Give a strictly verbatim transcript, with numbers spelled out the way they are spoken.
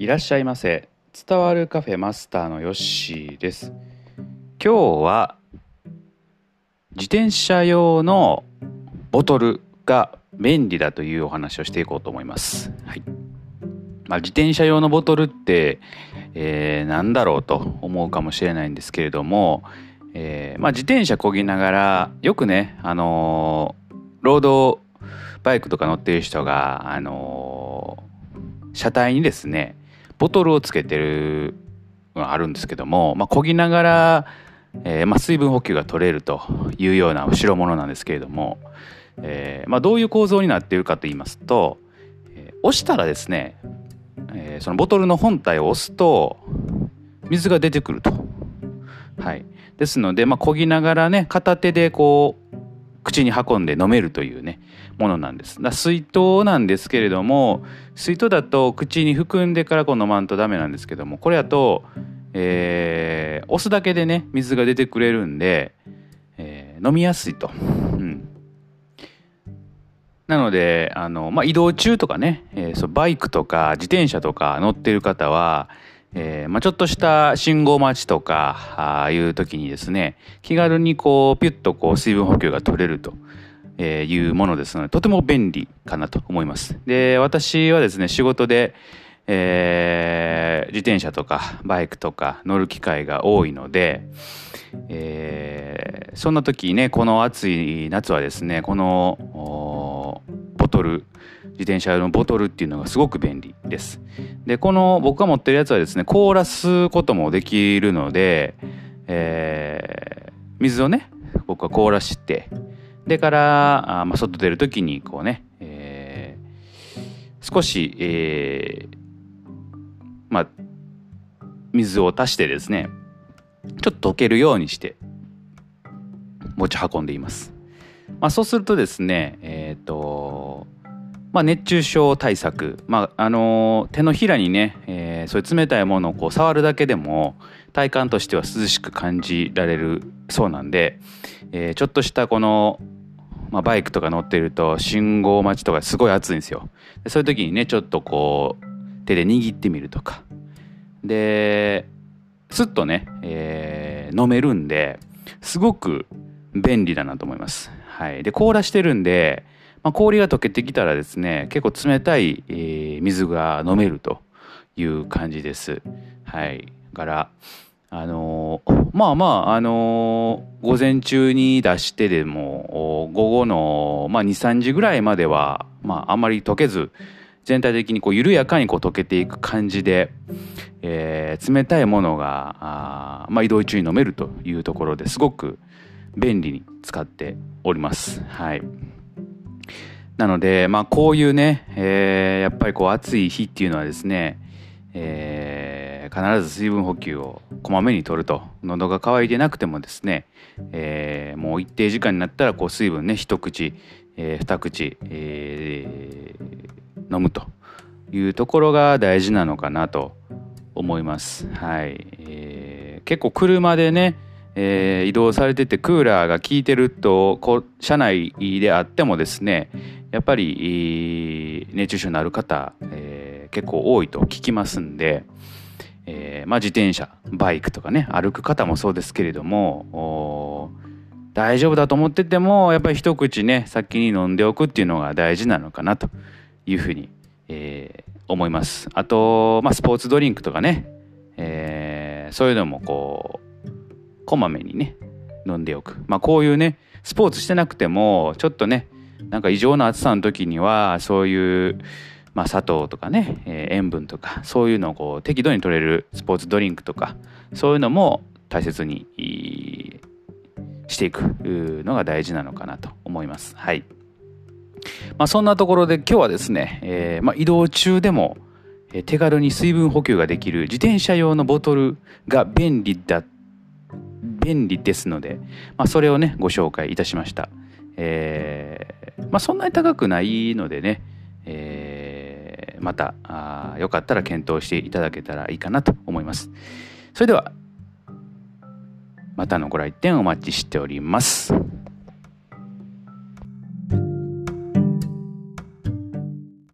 いらっしゃいませ。伝わるカフェマスターのヨッシーです。今日は自転車用のボトルが便利だというお話をしていこうと思います。はい。まあ、自転車用のボトルって、えー、何だろうと思うかもしれないんですけれども、えーまあ、自転車漕ぎながらよくね、あのーロードバイクとか乗っている人が、あのー車体にですねボトルをつけてるのがあるんですけども、まあ、漕ぎながら、えーまあ、水分補給が取れるというような代物なんですけれども、えーまあ、どういう構造になっているかと言いますと、えー押したらですね、えーそのボトルの本体を押すと水が出てくると。はい、ですので、まあ、漕ぎながらね片手でこう口に運んで飲めるというねものなんです。だ水筒なんですけれども、水筒だと口に含んでからこう飲まんとダメなんですけども、これだと、えー押すだけでね水が出てくれるんで、えー飲みやすいと。うん、なのであの、まあ、移動中とかね、えーそうバイクとか自転車とか乗ってる方は、えーまあ、ちょっとした信号待ちとかああいう時にですね気軽にこうピュッとこう水分補給が取れるとえーいうものですので、とても便利かなと思います。で、私はですね仕事で、えー自転車とかバイクとか乗る機会が多いので、えーそんな時ねこの暑い夏はですねこのおボトル自転車用のボトルっていうのがすごく便利です。でこの僕が持ってるやつはですね凍らすこともできるので、えー水をね僕は凍らしてでからあ、まあ、外出る時にこうね、えー少し、えーまあ水を足してですねちょっと溶けるようにして持ち運んでいます。まあ、そうするとですねえっ、とまあ、熱中症対策、まああの手のひらにね、えーそういう冷たいものをこう触るだけでも体感としては涼しく感じられるそうなんで、えーちょっとしたこの、まあ、バイクとか乗ってると信号待ちとかすごい暑いんですよ。でそういう時にねちょっとこう手で握ってみるとかですっとね、えー飲めるんですごく便利だなと思います。はい、で凍らしてるんでまあ、氷が溶けてきたらですね結構冷たい、えー水が飲めるという感じです。はい、だからあのーまあまああのー午前中に出してでもお午後の、まあ、にさんじぐらいまでは、まあ、あんまり溶けず全体的にこう緩やかにこう溶けていく感じで、えー冷たいものがあー、まあ、移動中に飲めるというところですごく便利に使っております。はい。なので、まあ、こういうね、えーやっぱりこう暑い日っていうのはですね、えー必ず水分補給をこまめに取ると。喉が渇いてなくてもですね、えーもう一定時間になったらこう水分ね一口、えー二口、えー飲むというところが大事なのかなと思います。はい、えー結構車でねえー移動されててクーラーが効いてるとこう車内であってもですねやっぱり熱中症になる方、えー結構多いと聞きますんで、えーまあ、自転車バイクとかね歩く方もそうですけれども大丈夫だと思っててもやっぱり一口ね先に飲んでおくっていうのが大事なのかなというふうに、えー思います。あと、まあ、スポーツドリンクとかね、えーそういうのもこうこまめにね飲んでおく。まあこういうねスポーツしてなくてもちょっとねなんか異常な暑さの時にはそういう、まあ、砂糖とかね、えー塩分とかそういうのをこう適度に取れるスポーツドリンクとかそういうのも大切にいしていくのが大事なのかなと思います。はい。まあそんなところで今日はですね、えーまあ、移動中でもえー手軽に水分補給ができる自転車用のボトルが便利だ便利ですので、まあ、それをねご紹介いたしました。えーまあ、そんなに高くないのでね、えーまたあよかったら検討していただけたらいいかなと思います。それではまたのご来店お待ちしております。